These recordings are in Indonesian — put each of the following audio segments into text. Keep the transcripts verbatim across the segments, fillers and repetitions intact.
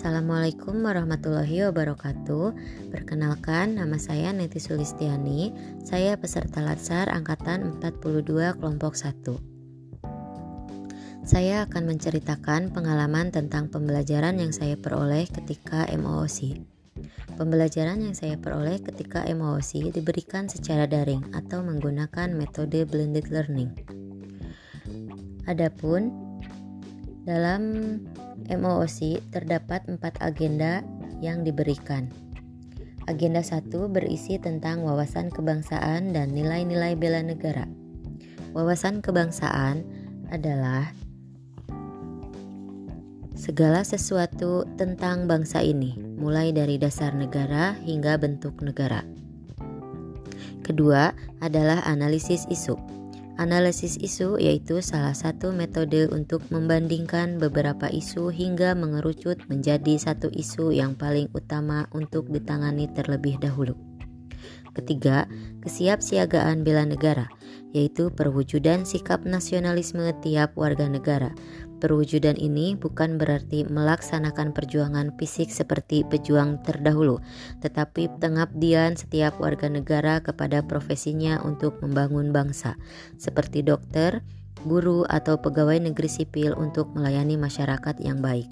Assalamualaikum warahmatullahi wabarakatuh. Perkenalkan, nama saya Neti Sulistiani. Saya peserta Latsar Angkatan empat puluh dua kelompok satu. Saya akan menceritakan pengalaman tentang pembelajaran yang saya peroleh ketika M O O C. Pembelajaran yang saya peroleh ketika M O O C diberikan secara daring atau menggunakan metode blended learning. Adapun dalam M O O C terdapat empat agenda yang diberikan. Agenda satu berisi tentang wawasan kebangsaan dan nilai-nilai bela negara. Wawasan kebangsaan adalah segala sesuatu tentang bangsa ini, mulai dari dasar negara hingga bentuk negara. Kedua adalah analisis isu. Analisis isu yaitu salah satu metode untuk membandingkan beberapa isu hingga mengerucut menjadi satu isu yang paling utama untuk ditangani terlebih dahulu. Ketiga, kesiapsiagaan bela negara, yaitu perwujudan sikap nasionalisme tiap warga negara. Perwujudan ini bukan berarti melaksanakan perjuangan fisik seperti pejuang terdahulu, tetapi pengabdian setiap warga negara kepada profesinya untuk membangun bangsa, seperti dokter, guru, atau pegawai negeri sipil untuk melayani masyarakat yang baik.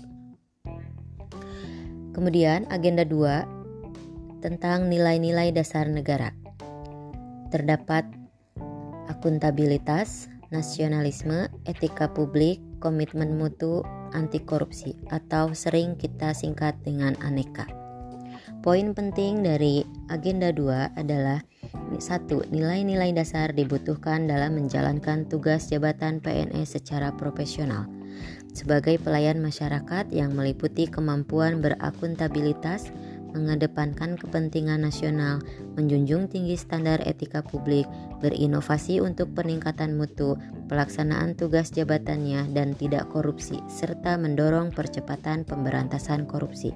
Kemudian agenda dua tentang nilai-nilai dasar negara. Terdapat akuntabilitas, nasionalisme, etika publik, komitmen mutu, anti korupsi, atau sering kita singkat dengan aneka. Poin penting dari agenda dua adalah satu. Nilai-nilai dasar dibutuhkan dalam menjalankan tugas jabatan P N S secara profesional sebagai pelayan masyarakat yang meliputi kemampuan berakuntabilitas, mengedepankan kepentingan nasional, menjunjung tinggi standar etika publik, berinovasi untuk peningkatan mutu, pelaksanaan tugas jabatannya, dan tidak korupsi, serta mendorong percepatan pemberantasan korupsi.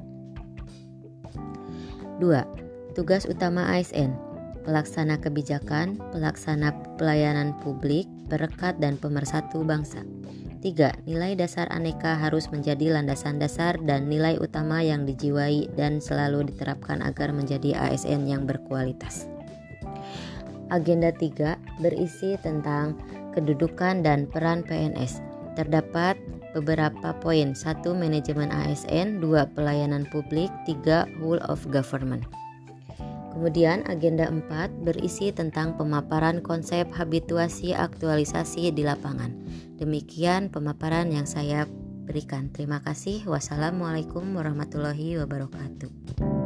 Dua. Tugas utama A S N: pelaksana kebijakan, pelaksana pelayanan publik, perekat dan pemersatu bangsa. Tiga. Nilai dasar aneka harus menjadi landasan dasar dan nilai utama yang dijiwai dan selalu diterapkan agar menjadi A S N yang berkualitas. Agenda tiga berisi tentang kedudukan dan peran P N S. Terdapat beberapa poin. Satu. Manajemen A S N. Dua. Pelayanan publik. Tiga. Whole of government. Kemudian agenda empat berisi tentang pemaparan konsep habituasi aktualisasi di lapangan. Demikian pemaparan yang saya berikan. Terima kasih. Wassalamualaikum warahmatullahi wabarakatuh.